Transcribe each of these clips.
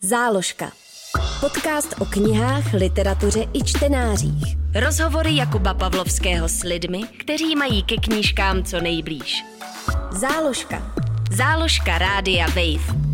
Záložka. Podcast o knihách, literatuře i čtenářích. Rozhovory Jakuba Pavlovského s lidmi, kteří mají ke knížkám co nejblíž. Záložka. Záložka Rádia Wave.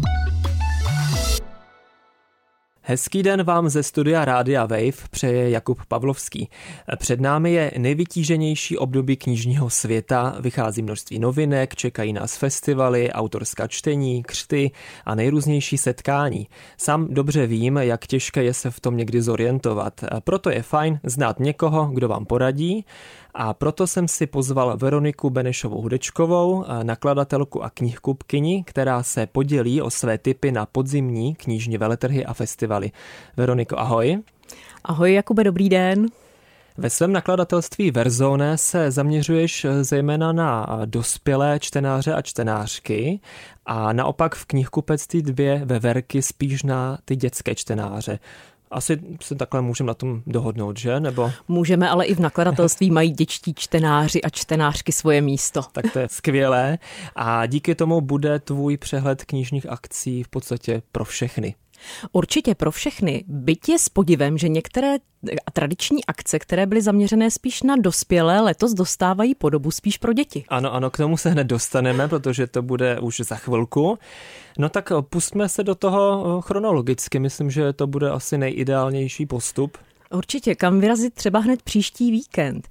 Hezký den vám ze studia Rádia Wave přeje Jakub Pavlovský. Před námi je nejvytíženější období knižního světa, vychází množství novinek, čekají nás festivaly, autorská čtení, křty a nejrůznější setkání. Sám dobře vím, jak těžké je se v tom někdy zorientovat. Proto je fajn znát někoho, kdo vám poradí. A proto jsem si pozval Veroniku Benešovou-Hudečkovou, nakladatelku a knihkupkyni, která se podělí o své tipy na podzimní knižní veletrhy a festivaly. Veroniko, ahoj. Ahoj Jakube, dobrý den. Ve svém nakladatelství Verzone se zaměřuješ zejména na dospělé čtenáře a čtenářky a naopak v knihkupectví 2 Veverky spíš na ty dětské čtenáře. Asi se takhle můžeme na tom dohodnout, že? Nebo... Můžeme, ale i v nakladatelství mají dětští čtenáři a čtenářky svoje místo. Tak to je skvělé a díky tomu bude tvůj přehled knižních akcí v podstatě pro všechny. Určitě pro všechny, byť je s podivem, že některé tradiční akce, které byly zaměřené spíš na dospělé, letos dostávají podobu spíš pro děti. Ano, k tomu se hned dostaneme, protože to bude už za chvilku. No tak pustme se do toho chronologicky, myslím, že to bude asi nejideálnější postup. Určitě, kam vyrazit třeba hned příští víkend.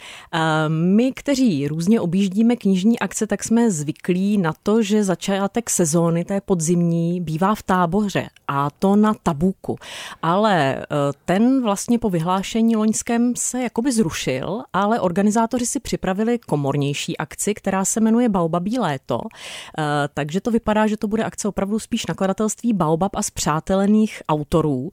My, kteří různě objíždíme knižní akce, tak jsme zvyklí na to, že začátek sezóny, té podzimní, bývá v Táboře a to na Tabúku. Ale ten vlastně po vyhlášení loňském se jakoby zrušil, ale organizátoři si připravili komornější akci, která se jmenuje Baobabí léto. Takže to vypadá, že to bude akce opravdu spíš nakladatelství Baobab a spřátelených autorů.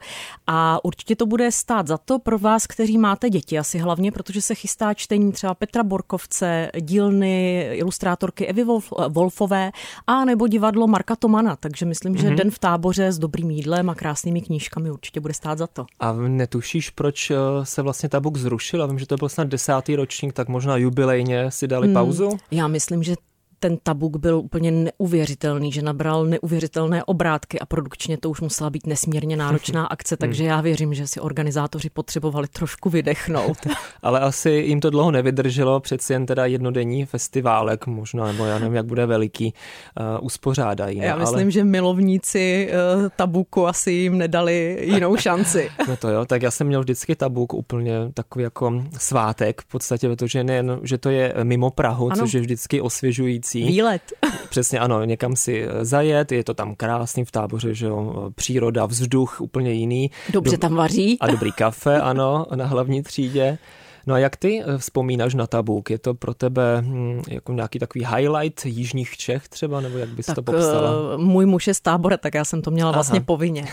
A určitě to bude stát za to pro vás, kteří máte děti, asi hlavně, protože se chystá čtení třeba Petra Borkovce, dílny ilustrátorky Evy Wolfové a nebo divadlo Marka Tomana, takže myslím, že den v Táboře s dobrým jídlem a krásnými knížkami určitě bude stát za to. A netušíš, proč se vlastně Tabuk zrušil? A vím, že to byl snad 10. ročník, tak možná jubilejně si dali pauzu? Já myslím, že ten Tabuk byl úplně neuvěřitelný, že nabral neuvěřitelné obrátky a produkčně to už musela být nesmírně náročná akce, takže já věřím, že si organizátoři potřebovali trošku vydechnout. Ale asi jim to dlouho nevydrželo, přeci jen teda jednodenní festiválek možná, nebo já nevím, jak bude veliký, uspořádají. Já myslím, že milovníci Tabuku asi jim nedali jinou šanci. No to jo, tak já jsem měl vždycky Tabuk úplně takový jako svátek v podstatě, protože nejen, že to je mimo Prahu, ano. Což je vždycky osvěžující. Výlet. Přesně ano, někam si zajet, je to tam krásný v Táboře, že jo, příroda, vzduch úplně jiný. Dobře tam vaří. A dobrý kafe, ano, na hlavní třídě. No a jak ty vzpomínáš na Tabuk? Je to pro tebe jako nějaký takový highlight jižních Čech třeba, nebo jak bys to popsala? Můj muž je z Tábora, tak já jsem to měla vlastně povinně.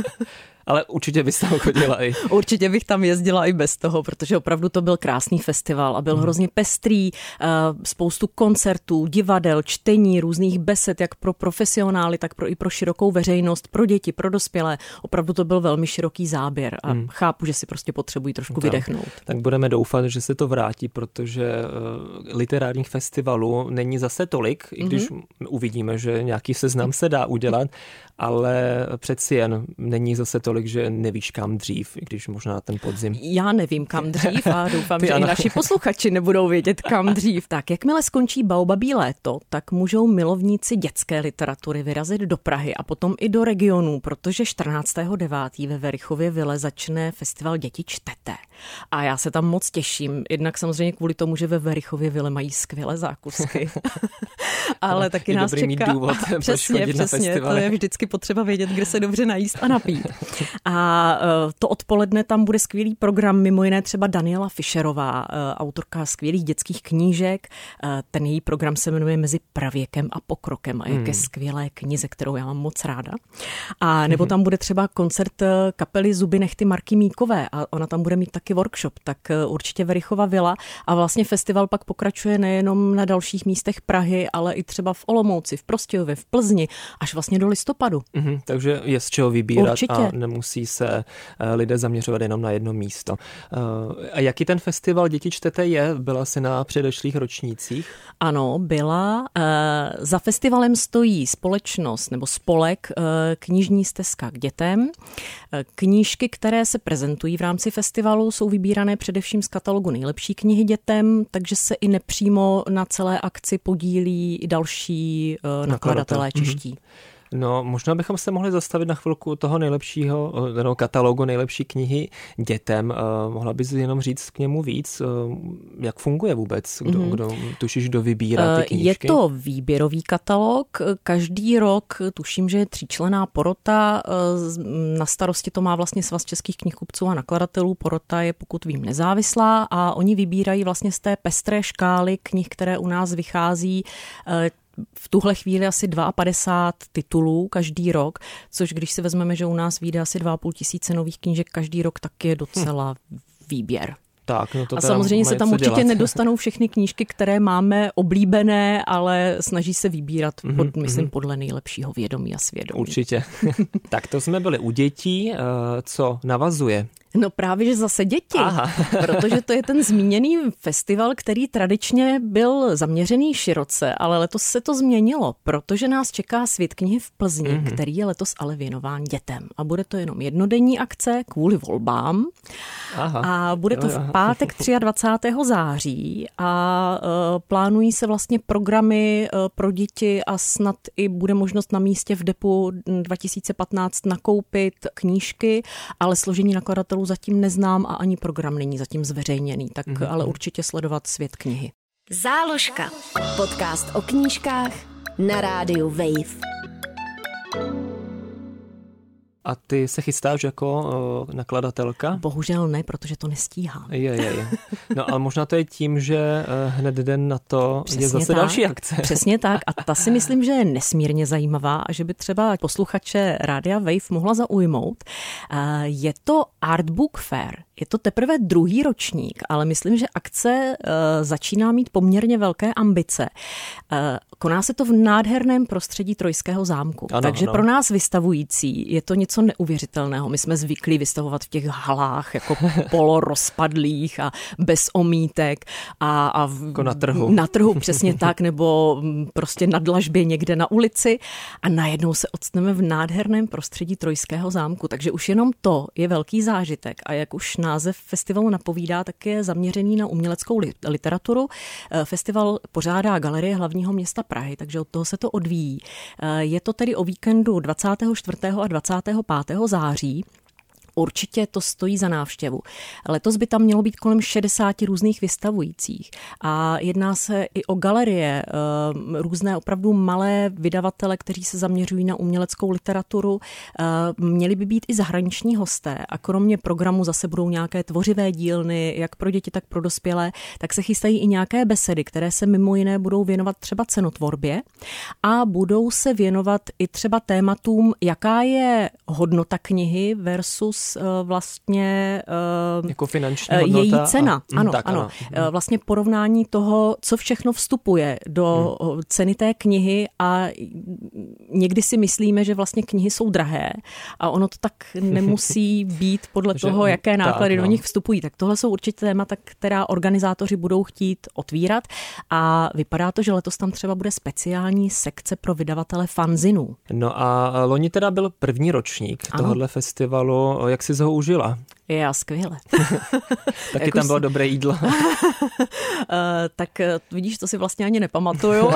Ale určitě bys tam chodila i. Určitě bych tam jezdila i bez toho, protože opravdu to byl krásný festival a byl hrozně pestrý, spoustu koncertů, divadel, čtení, různých besed, jak pro profesionály, tak i pro širokou veřejnost, pro děti, pro dospělé. Opravdu to byl velmi široký záběr a chápu, že si prostě potřebují trošku vydechnout. Tak budeme doufat, že se to vrátí, protože literárních festivalů není zase tolik, i když uvidíme, že nějaký seznam se dá udělat, ale přeci jen není zase tolik, že nevíš kam dřív, i když možná ten podzim. Já nevím kam dřív a doufám, že i naši posluchači nebudou vědět kam dřív. Tak jakmile skončí Baobabí léto, tak můžou milovníci dětské literatury vyrazit do Prahy a potom i do regionů, protože 14.9. ve Verichově Vile začne festival Děti čtete. A já se tam moc těším. Jednak samozřejmě kvůli tomu, že ve Verichově Vile mají skvělé zákusky. Ale taky nás čeká. Mít důvod, přesně, to je vždycky potřeba vědět, kde se dobře najíst a napít. A to odpoledne tam bude skvělý program, mimo jiné třeba Daniela Fischerová, autorka skvělých dětských knížek. Ten její program se jmenuje Mezi pravěkem a pokrokem a je ke skvělé knize, kterou já mám moc ráda. A nebo tam bude třeba koncert kapely Zuby nechty Marky Míkové a ona tam bude mít taky workshop, tak určitě Verichova Vila a vlastně festival pak pokračuje nejenom na dalších místech Prahy, ale i třeba v Olomouci, v Prostějově, v Plzni, až vlastně do listopadu. Takže je z čeho vybírat. Určitě. A nemusí se lidé zaměřovat jenom na jedno místo. A jaký ten festival Děti čtete je? Byla jsi na předešlých ročnících? Ano, byla. Za festivalem stojí společnost nebo spolek Knižní stezka k dětem. Knížky, které se prezentují v rámci festivalu, jsou vybírané především z katalogu Nejlepší knihy dětem, takže se i nepřímo na celé akci podílí i další nakladatelé čeští. No, možná bychom se mohli zastavit na chvilku toho nejlepšího katalogu nejlepší knihy dětem. Mohla bys jenom říct k němu víc? Jak funguje vůbec? Kdo tušíš, kdo vybírá ty knížky? Je to výběrový katalog. Každý rok, tuším, že je 3členná porota. Na starosti to má vlastně Svaz českých knihkupců a nakladatelů. Porota je, pokud vím, nezávislá a oni vybírají vlastně z té pestré škály knih, které u nás vychází v tuhle chvíli asi 52 titulů každý rok, což když si vezmeme, že u nás vyjde asi 2,5 tisíce nových knížek každý rok, tak je docela výběr. Tak, no to a samozřejmě se tam určitě nedostanou všechny knížky, které máme oblíbené, ale snaží se vybírat, myslím, podle nejlepšího vědomí a svědomí. Určitě. Tak to jsme byli u dětí. Co navazuje? No právě, že zase děti, protože to je ten zmíněný festival, který tradičně byl zaměřený široce, ale letos se to změnilo, protože nás čeká Svět knihy v Plzni, který je letos ale věnován dětem. A bude to jenom jednodenní akce kvůli volbám. A bude to v pátek 23. září a plánují se vlastně programy pro děti a snad i bude možnost na místě v depu 2015 nakoupit knížky, ale složení nakladatelů zatím neznám a ani program není zatím zveřejněný, tak ale určitě sledovat Svět knihy. Záložka. Podcast o knížkách na rádiu Wave. A ty se chystáš jako nakladatelka? Bohužel ne, protože to nestíhám. Je. No ale možná to je tím, že hned den na to přesně je zase tak, další akce. Přesně tak a ta si myslím, že je nesmírně zajímavá a že by třeba posluchače Rádia Wave mohla zaujmout. Je to Artbook Fair. Je to teprve druhý ročník, ale myslím, že akce začíná mít poměrně velké ambice. Koná se to v nádherném prostředí Trojského zámku. Takže pro nás vystavující je to něco neuvěřitelného. My jsme zvyklí vystavovat v těch halách jako polorozpadlých a bez omítek a jako na trhu. Na trhu, přesně tak, nebo prostě na dlažbě někde na ulici a najednou se odstneme v nádherném prostředí Trojského zámku. Takže už jenom to je velký zážitek a jak už název festivalu napovídá, tak je zaměřený na uměleckou literaturu. Festival pořádá Galerie hlavního města Prahy, takže od toho se to odvíjí. Je to tedy o víkendu 24. a 25. září. Určitě to stojí za návštěvu. Letos by tam mělo být kolem 60 různých vystavujících a jedná se i o galerie, různé opravdu malé vydavatele, kteří se zaměřují na uměleckou literaturu. Měli by být i zahraniční hosté a kromě programu zase budou nějaké tvořivé dílny, jak pro děti, tak pro dospělé, tak se chystají i nějaké besedy, které se mimo jiné budou věnovat třeba cenotvorbě a budou se věnovat i třeba tématům, jaká je hodnota knihy versus vlastně jako finanční hodnota, její cena. Ano. Vlastně porovnání toho, co všechno vstupuje do ceny té knihy a někdy si myslíme, že vlastně knihy jsou drahé a ono to tak nemusí být podle toho, jaké náklady do nich vstupují. Tak tohle jsou určitě témata, která organizátoři budou chtít otvírat a vypadá to, že letos tam třeba bude speciální sekce pro vydavatele fanzinů. No a loni teda byl první ročník tohohle festivalu. Jak jsi ho užila? Já skvěle. Taky tam bylo dobré jídlo. Tak vidíš, to si vlastně ani nepamatuju.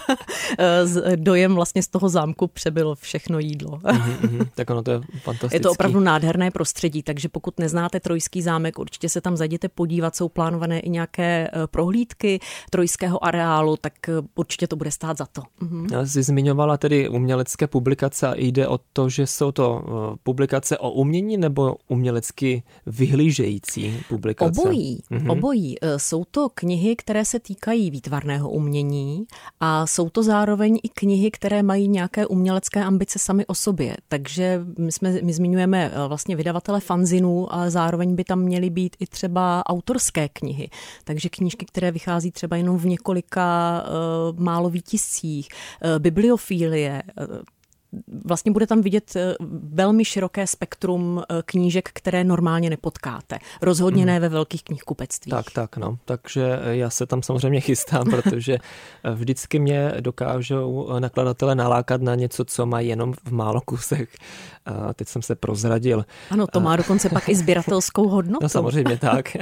Dojem vlastně z toho zámku přebyl všechno jídlo. Tak ono to je fantastické. Je to opravdu nádherné prostředí, takže pokud neznáte Trojský zámek, určitě se tam zajděte podívat, jsou plánované i nějaké prohlídky Trojského areálu, tak určitě to bude stát za to. Jsi zmiňovala tedy umělecké publikace a jde o to, že jsou to publikace o umění nebo umělecky vyhlížející publikace? Obojí. Jsou to knihy, které se týkají výtvarného umění a jsou to zároveň i knihy, které mají nějaké umělecké ambice sami o sobě. Takže my zmiňujeme vlastně vydavatele fanzinů, ale zároveň by tam měly být i třeba autorské knihy. Takže knížky, které vychází třeba jenom v několika málo výtiscích, bibliofílie. vlastně bude tam vidět velmi široké spektrum knížek, které normálně nepotkáte. Rozhodně ne ve velkých knihkupectvích. Tak, no. Takže já se tam samozřejmě chystám, protože vždycky mě dokážou nakladatelé nalákat na něco, co mají jenom v málo kusech. A teď jsem se prozradil. Ano, to má dokonce pak i sběratelskou hodnotu. No samozřejmě tak.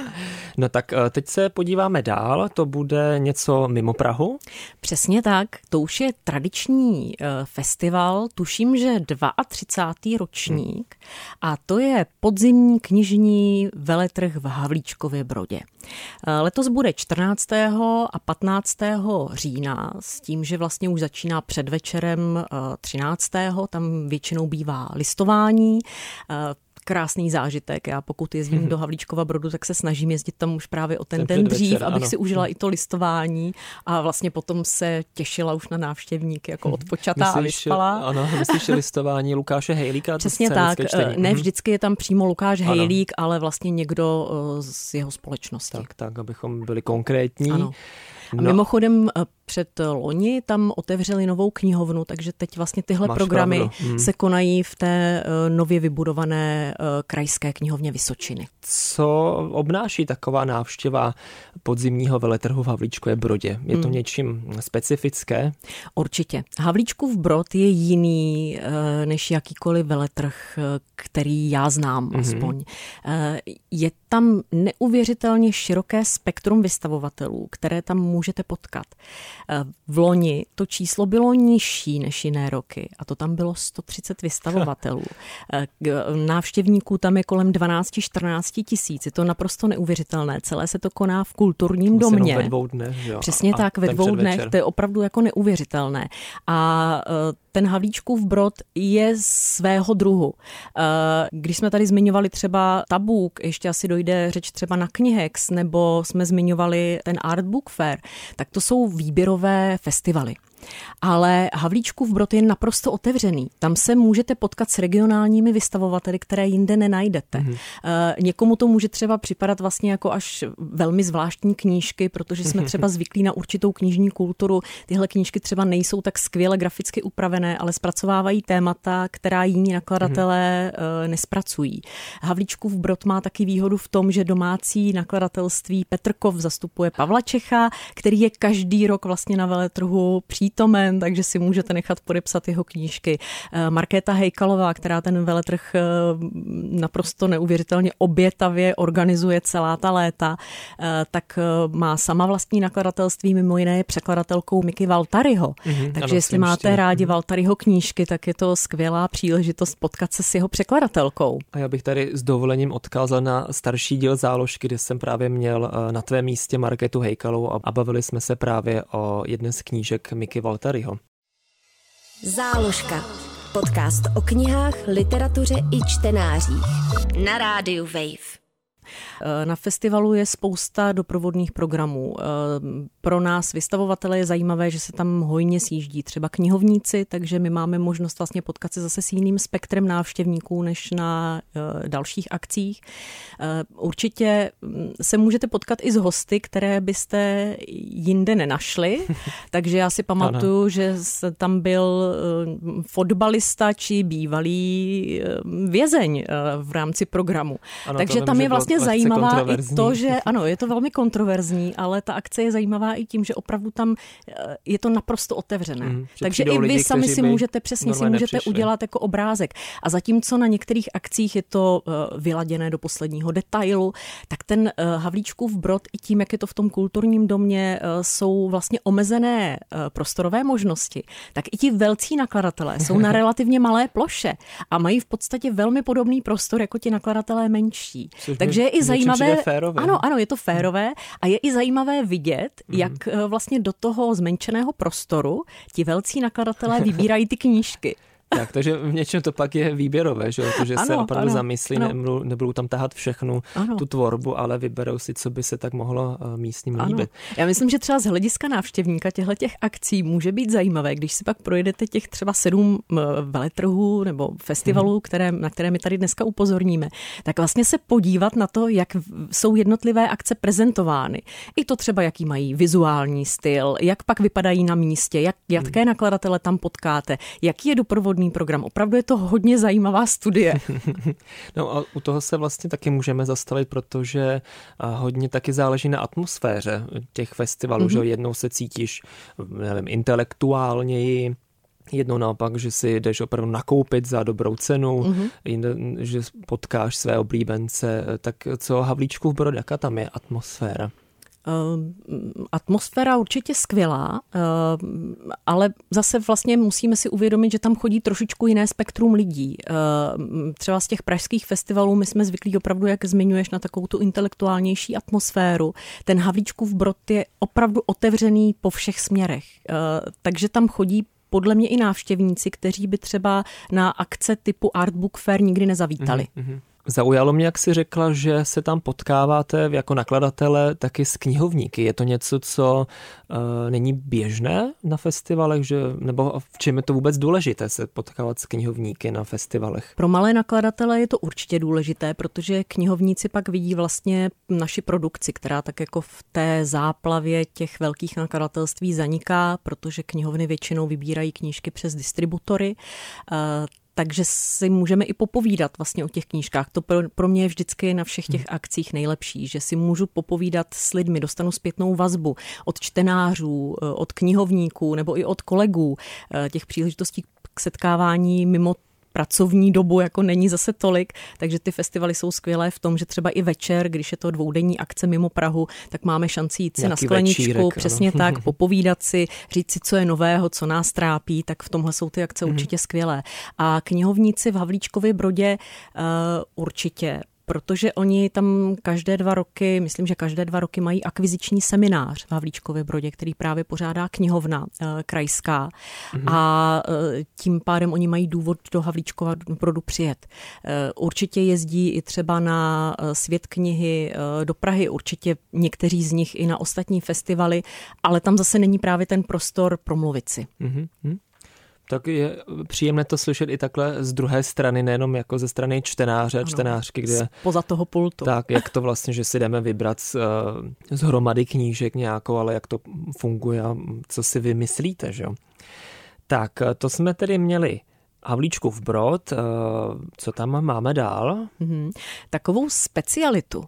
No tak teď se podíváme dál, to bude něco mimo Prahu? Přesně tak, to už je tradiční festival, tuším, že 32. ročník a to je podzimní knižní veletrh v Havlíčkově Brodě. Letos bude 14. a 15. října s tím, že vlastně už začíná předvečerem 13. Tam většinou bývá listování, krásný zážitek. Já pokud jezdím do Havlíčkova Brodu, tak se snažím jezdit tam už právě o ten den dřív, abych si užila i to listování a vlastně potom se těšila už na návštěvníky jako odpočatá a vyspalá. Ano, myslíš listování Lukáše Hejlíka? Přesně tak. Ne vždycky je tam přímo Lukáš Hejlík, ale vlastně někdo z jeho společnosti. Tak, abychom byli konkrétní. Ano. A mimochodem před loni tam otevřeli novou knihovnu, takže teď vlastně tyhle programy se konají v té nově vybudované krajské knihovně Vysočiny. Co obnáší taková návštěva podzimního veletrhu v Havlíčkově Brodě? Je to něčím specifické? Určitě. Havlíčkův Brod je jiný než jakýkoliv veletrh, který já znám aspoň. Je tam neuvěřitelně široké spektrum vystavovatelů, které tam můžete potkat. V loni to číslo bylo nižší než jiné roky a to tam bylo 130 vystavovatelů. Návštěvníků tam je kolem 12-14 tisíc. Je to naprosto neuvěřitelné. Celé se to koná v kulturním domě. Ve 2 dnech. Jo. Přesně tak, ve 2 dnech. To je opravdu jako neuvěřitelné. A ten Havlíčkův Brod je svého druhu. Když jsme tady zmiňovali třeba Tabuk, ještě asi dojde řeč třeba na Knihex, nebo jsme zmiňovali ten Art Book Fair, tak to jsou výběrové festivaly. Ale Havlíčkův Brod je naprosto otevřený. Tam se můžete potkat s regionálními vystavovateli, které jinde nenajdete. Někomu to může třeba připadat vlastně jako až velmi zvláštní knížky, protože jsme třeba zvyklí na určitou knižní kulturu. Tyhle knížky třeba nejsou tak skvěle graficky upravené, ale zpracovávají témata, která jiní nakladatelé nespracují. Havlíčkův Brod má taky výhodu v tom, že domácí nakladatelství Petrkov zastupuje Pavla Čecha, který je každý rok vlastně na veletrhu přítomen, takže si můžete nechat podepsat jeho knížky. Markéta Hejkalová, která ten veletrh naprosto neuvěřitelně obětavě organizuje celá ta léta, tak má sama vlastní nakladatelství, mimo jiné je překladatelkou Miky Valtaryho. Takže ano, jestli máte rádi Valtaryho knížky, tak je to skvělá příležitost potkat se s jeho překladatelkou. A já bych tady s dovolením odkázal na starší díl Záložky, kde jsem právě měl na tvém místě Markétu Hejkalovou a bavili jsme se právě o jedné z knížek Miky Valtaryho. Záložka. Podcast o knihách, literatuře i čtenářích. Na rádiu Wave. Na festivalu je spousta doprovodných programů. Pro nás vystavovatele je zajímavé, že se tam hojně sjíždí třeba knihovníci, takže my máme možnost vlastně potkat se zase s jiným spektrem návštěvníků než na dalších akcích. Určitě se můžete potkat i s hosty, které byste jinde nenašli, takže já si pamatuju, že tam byl fotbalista či bývalý vězeň v rámci programu. Ano, takže tam je vlastně zajímavá i to, že ano, je to velmi kontroverzní, ale ta akce je zajímavá i tím, že opravdu tam je to naprosto otevřené. Takže i vy sami si můžete udělat jako obrázek. A zatímco na některých akcích je to vyladěné do posledního detailu, tak ten Havlíčkův Brod i tím, jak je to v tom kulturním domě, jsou vlastně omezené prostorové možnosti, tak i ti velcí nakladatelé jsou na relativně malé ploše a mají v podstatě velmi podobný prostor jako ti nakladatelé menší. Takže je i zajímavé, ano, je to férové a je i zajímavé vidět, jak vlastně do toho zmenšeného prostoru ti velcí nakladatelé vybírají ty knížky. Tak, takže v něčem to pak je výběrové, že se opravdu zamyslí, nebudou tam tahat všechnu tu tvorbu, ale vyberou si, co by se tak mohlo místním líbit. Já myslím, že třeba z hlediska návštěvníka těchto akcí může být zajímavé, když si pak projedete těch třeba 7 veletrhů nebo festivalů, na které my tady dneska upozorníme, tak vlastně se podívat na to, jak jsou jednotlivé akce prezentovány. I to třeba, jaký mají vizuální styl, jak pak vypadají na místě, jaké nakladatele tam potkáte, jaký je doprovodný program. Opravdu je to hodně zajímavá studie. No a u toho se vlastně taky můžeme zastavit, protože hodně taky záleží na atmosféře těch festivalů, že jednou se cítíš, nevím, intelektuálněji, jednou naopak, že si jdeš opravdu nakoupit za dobrou cenu, že potkáš své oblíbence. Tak co Havlíčkův Brod, jaká tam je atmosféra? Atmosféra určitě skvělá, ale zase vlastně musíme si uvědomit, že tam chodí trošičku jiné spektrum lidí. Třeba z těch pražských festivalů my jsme zvyklí opravdu, jak zmiňuješ, na takovou tu intelektuálnější atmosféru. Ten Havlíčkův Brod je opravdu otevřený po všech směrech, takže tam chodí podle mě i návštěvníci, kteří by třeba na akce typu Art Book Fair nikdy nezavítali. Zaujalo mě, jak jsi řekla, že se tam potkáváte jako nakladatele taky s knihovníky. Je to něco, co není běžné na festivalech, nebo v čem je to vůbec důležité se potkávat s knihovníky na festivalech? Pro malé nakladatele je to určitě důležité, protože knihovníci pak vidí vlastně naši produkci, která tak jako v té záplavě těch velkých nakladatelství zaniká, protože knihovny většinou vybírají knížky přes distributory. Takže si můžeme i popovídat vlastně o těch knížkách. To pro mě je vždycky na všech těch akcích nejlepší, že si můžu popovídat s lidmi, dostanu zpětnou vazbu od čtenářů, od knihovníků nebo i od kolegů. Těch příležitostí k setkávání mimo pracovní dobu jako není zase tolik, takže ty festivaly jsou skvělé v tom, že třeba i večer, když je to 2denní akce mimo Prahu, tak máme šanci jít si na skleničku, večírek, přesně tak, popovídat si, říct si, co je nového, co nás trápí, tak v tomhle jsou ty akce určitě skvělé. A knihovníci v Havlíčkově Brodě určitě, protože oni tam každé 2 roky, myslím, že každé 2 roky mají akviziční seminář v Havlíčkově Brodě, který právě pořádá knihovna krajská a tím pádem oni mají důvod do Havlíčkova Brodu přijet. Určitě jezdí i třeba na Svět knihy do Prahy, určitě někteří z nich i na ostatní festivaly, ale tam zase není právě ten prostor promluvit si. Tak je příjemné to slyšet i takhle z druhé strany, nejenom jako ze strany čtenáře a čtenářky, kde poza toho pultu. Tak, jak to vlastně, že si jdeme vybrat z hromady knížek nějakou, ale jak to funguje a co si vymyslíte, že jo. Tak, to jsme tedy měli Havlíčkův Brod, co tam máme dál? Takovou specialitu.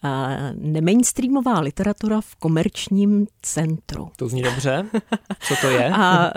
Nemainstreamová literatura v komerčním centru. To zní dobře. Co to je?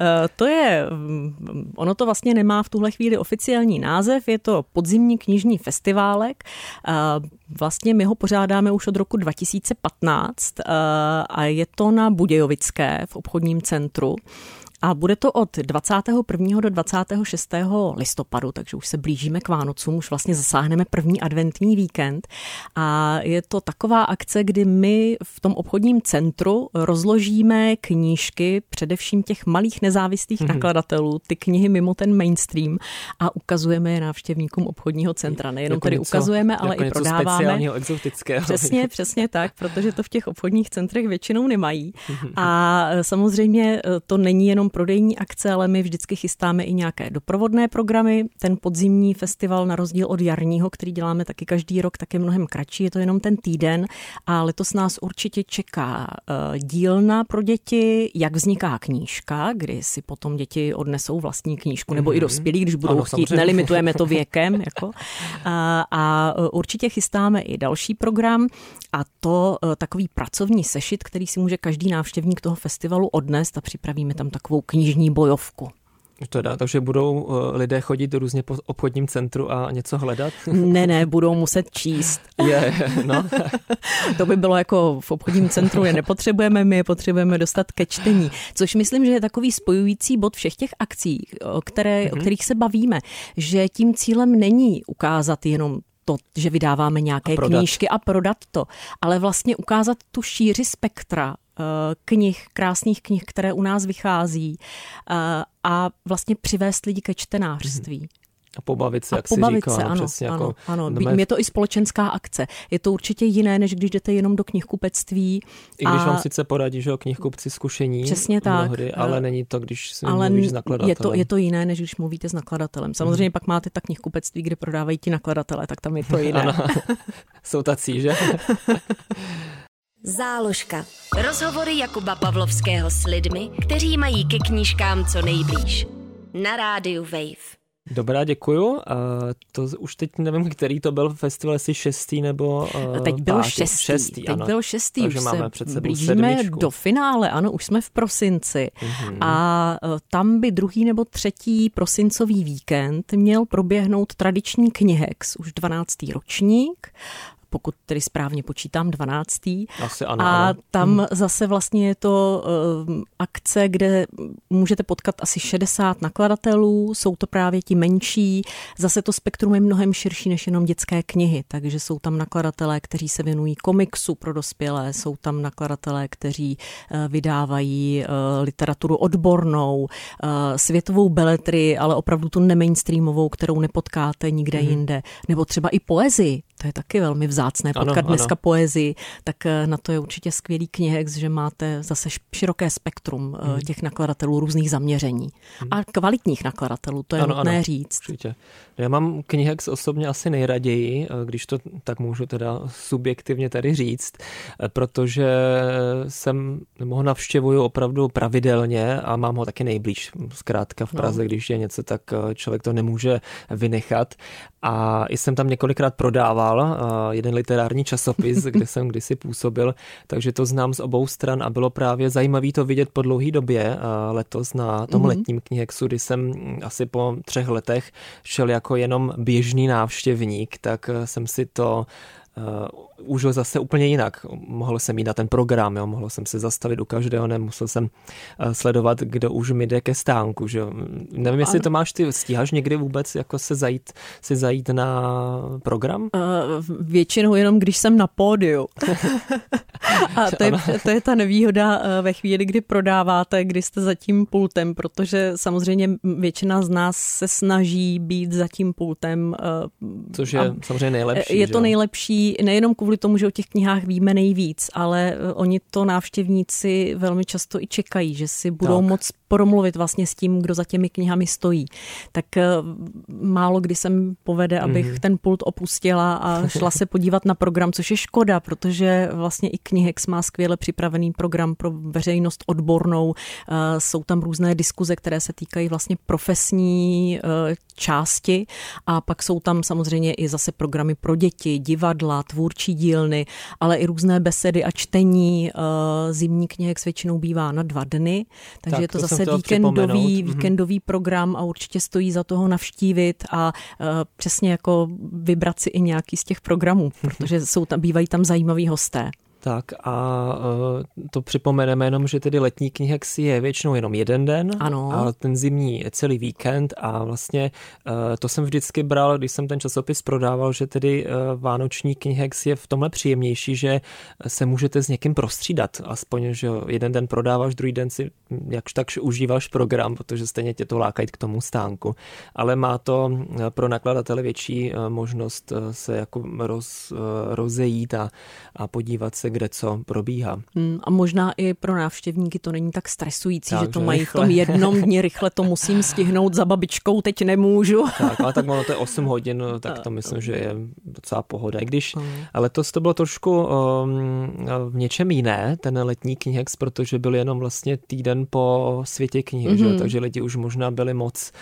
Ono to vlastně nemá v tuhle chvíli oficiální název, je to podzimní knižní festiválek. Vlastně my ho pořádáme už od roku 2015 a je to na Budějovické v obchodním centru. A bude to od 21. do 26. listopadu, takže už se blížíme k Vánocům, už vlastně zasáhneme první adventní víkend. A je to taková akce, kdy my v tom obchodním centru rozložíme knížky, především těch malých nezávislých nakladatelů, ty knihy mimo ten mainstream a ukazujeme je návštěvníkům obchodního centra. Nejenom jako tedy ukazujeme, ale i prodáváme. Speciálního, exotického. Přesně tak, protože to v těch obchodních centrech většinou nemají. A samozřejmě to není jenom prodejní akce, ale my vždycky chystáme i nějaké doprovodné programy. Ten podzimní festival na rozdíl od jarního, který děláme taky každý rok, tak je mnohem kratší, je to jenom ten týden a letos nás určitě čeká dílna pro děti, jak vzniká knížka, kdy si potom děti odnesou vlastní knížku, nebo i dospělí, když budou chtít, samozřejmě. Nelimitujeme to věkem. Jako. A určitě chystáme i další program a to takový pracovní sešit, který si může každý návštěvník toho festivalu odnést a připravíme tam takovou knižní bojovku. Takže budou lidé chodit různě po obchodním centru a něco hledat? Ne, budou muset číst. No. To by bylo jako v obchodním centru je nepotřebujeme, my je potřebujeme dostat ke čtení. Což myslím, že je takový spojující bod všech těch akcí, o kterých se bavíme, že tím cílem není ukázat jenom to, že vydáváme nějaké knížky a prodat to, ale vlastně ukázat tu šíři spektra knih, krásných knih, které u nás vychází a vlastně přivést lidi ke čtenářství. A pobavit se, jak jsi říkala. Ano, přesně ano, jako ano. Je to i společenská akce. Je to určitě jiné, než když jdete jenom do knihkupectví. I když vám sice poradí, že knihkupci zkušení přesně tak, mnohdy, ale není to, když si mluvíš s nakladatelem. Je to jiné, než když mluvíte s nakladatelem. Samozřejmě pak máte tak knihkupectví, kde prodávají ti nakladatelé, tak tam je to jiné. Ano. Jsou tací, že? Záložka. Rozhovory Jakuba Pavlovského s lidmi, kteří mají ke knížkám co nejblíž. Na rádiu Wave. Dobrá, děkuju. To už teď nevím, který to byl festival, jestli 6. nebo teď byl 5. 6. Teď byl 6. Takže už máme se před sebou blížíme 7. do finále, ano, už jsme v prosinci. A tam by 2. nebo 3. prosincový víkend měl proběhnout tradiční Knihex, už 12. ročník, pokud tedy správně počítám 12. Asi ano, a tam zase vlastně je to akce, kde můžete potkat asi 60 nakladatelů, jsou to právě ti menší, zase to spektrum je mnohem širší než jenom dětské knihy, takže jsou tam nakladatelé, kteří se věnují komiksu pro dospělé, jsou tam nakladatelé, kteří vydávají literaturu odbornou, světovou beletrii, ale opravdu tu nemainstreamovou, kterou nepotkáte nikde jinde, nebo třeba i poezii. To je taky velmi vzácné potkat dneska poezii, tak na to je určitě skvělý Knihex, že máte zase široké spektrum těch nakladatelů různých zaměření. A kvalitních nakladatelů, to je nutné říct. Určitě. Já mám Knihex osobně asi nejraději, když to tak můžu teda subjektivně tady říct, protože ho navštěvuju opravdu pravidelně a mám ho taky nejblíž. Zkrátka v Praze, když je něco, tak člověk to nemůže vynechat. A jsem tam několikrát prodával jeden literární časopis, kde jsem kdysi působil, takže to znám z obou stran a bylo právě zajímavé to vidět po dlouhé době. Letos na tom letním Knihexu, kdy jsem asi po 3 letech šel jako jenom běžný návštěvník, tak jsem si to užil zase úplně jinak. Mohl jsem jít na ten program, mohl jsem se zastavit u každého, nemusel jsem sledovat, kdo už mi jde ke stánku. Že? Nevím, jestli to máš, ty stíháš někdy vůbec jako se zajít na program? Většinou jenom, když jsem na pódiu. A to je ta nevýhoda ve chvíli, kdy prodáváte, kdy jste za tím pultem, protože samozřejmě většina z nás se snaží být za tím pultem. Což je samozřejmě nejlepší. Je to nejlepší, nejenom kvůli tomu, že o těch knihách víme nejvíc, ale oni to návštěvníci velmi často i čekají, že si budou moc promluvit vlastně s tím, kdo za těmi knihami stojí. Tak málo kdy se mi povede, abych ten pult opustila a šla se podívat na program, což je škoda, protože vlastně i Knihex má skvěle připravený program pro veřejnost odbornou. Jsou tam různé diskuze, které se týkají vlastně profesní části a pak jsou tam samozřejmě i zase programy pro děti, divadla, tvůrčí dílny, ale i různé besedy a čtení. Zimní Knihex většinou bývá na 2 dny, takže je to zase víkendový program a určitě stojí za toho navštívit a přesně jako vybrat si i nějaký z těch programů, protože bývají tam zajímaví hosté. Tak a to připomeneme jenom, že tedy letní Knihex je většinou jenom 1 den, a ten zimní celý víkend a vlastně to jsem vždycky bral, když jsem ten časopis prodával, že tedy vánoční Knihex je v tomhle příjemnější, že se můžete s někým prostřídat, aspoň, že 1 den prodáváš, druhý den si jakž takž užíváš program, protože stejně tě to láká jít k tomu stánku, ale má to pro nakladatele větší možnost se jako rozejít a podívat se, kde co probíhá. A možná i pro návštěvníky to není tak stresující, že to mají rychle. V tom jednom dni, rychle to musím stihnout za babičkou, teď nemůžu. Tak, ale tak ono to je 8 hodin, tak to myslím, že je docela pohoda. I když letos to bylo trošku v něčem jiné, ten letní Knihex, protože byl jenom vlastně týden po světě knihy, že? Takže lidi už možná byli moc,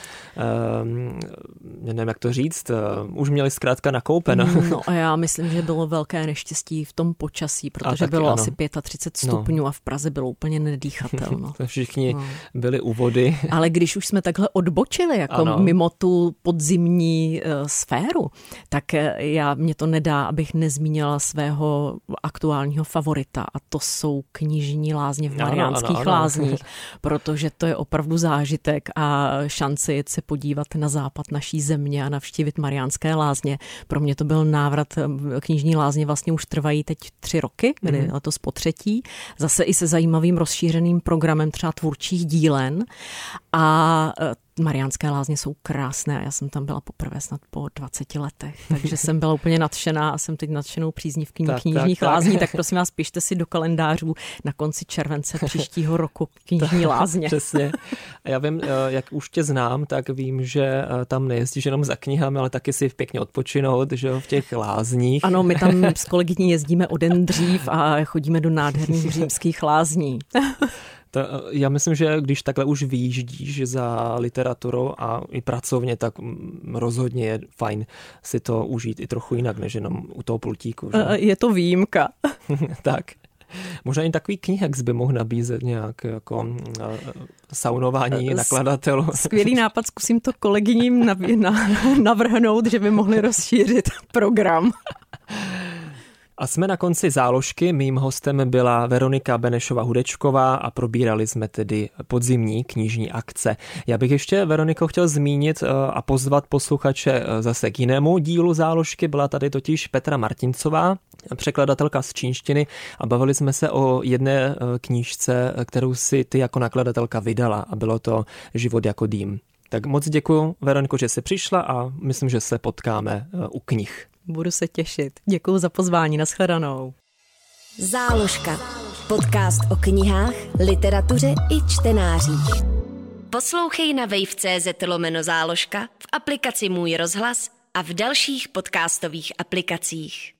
nevím, jak to říct, už měli zkrátka nakoupeno. No a já myslím, že bylo velké neštěstí v tom počasí, protože bylo asi 35 stupňů a v Praze bylo úplně nedýchatelno. Všichni byli u vody. Ale když už jsme takhle odbočili jako mimo tu podzimní sféru, tak mě to nedá, abych nezmínila svého aktuálního favorita a to jsou knižní lázně v Mariánských lázních, protože to je opravdu zážitek a šance jet se podívat na západ naší země a navštívit Mariánské lázně. Pro mě to byl návrat, knižní lázně vlastně už trvají teď 3 roky roky, byly letos potřetí, zase i se zajímavým rozšířeným programem třeba tvůrčích dílen a Mariánské Lázně jsou krásné. Já jsem tam byla poprvé snad po 20 letech, takže jsem byla úplně nadšená a jsem teď nadšenou příznivkyní knižních lázní, tak prosím vás, pište si do kalendářů na konci července příštího roku knižní lázně. Přesně. A já vím, jak už tě znám, tak vím, že tam nejezdíš jenom za knihami, ale taky si pěkně odpočinout, že v těch lázních. Ano, my tam s kolegyní jezdíme o den dřív a chodíme do nádherných římských lázní. Já myslím, že když takhle už vyjíždíš za literaturou a i pracovně, tak rozhodně je fajn si to užít i trochu jinak, než jenom u toho pultíku. Že? Je to výjimka. Tak. Možná i takový knihek by mohl nabízet nějak jako saunování nakladatelů. Skvělý nápad, zkusím to kolegyním navrhnout, že by mohli rozšířit program. A jsme na konci záložky. Mým hostem byla Veronika Benešová-Hudečková a probírali jsme tedy podzimní knižní akce. Já bych ještě, Veroniko, chtěl zmínit a pozvat posluchače zase k jinému dílu záložky. Byla tady totiž Petra Martincová, překladatelka z čínštiny, a bavili jsme se o jedné knížce, kterou si ty jako nakladatelka vydala, a bylo to Život jako dým. Tak moc děkuji, Veroniko, že jsi přišla a myslím, že se potkáme u knih. Budu se těšit. Děkuji za pozvání, nashledanou. Záložka. Podcast o knihách, literatuře i čtenářích. Poslouchej na wave.cz/záložka, v aplikaci Můj rozhlas a v dalších podcastových aplikacích.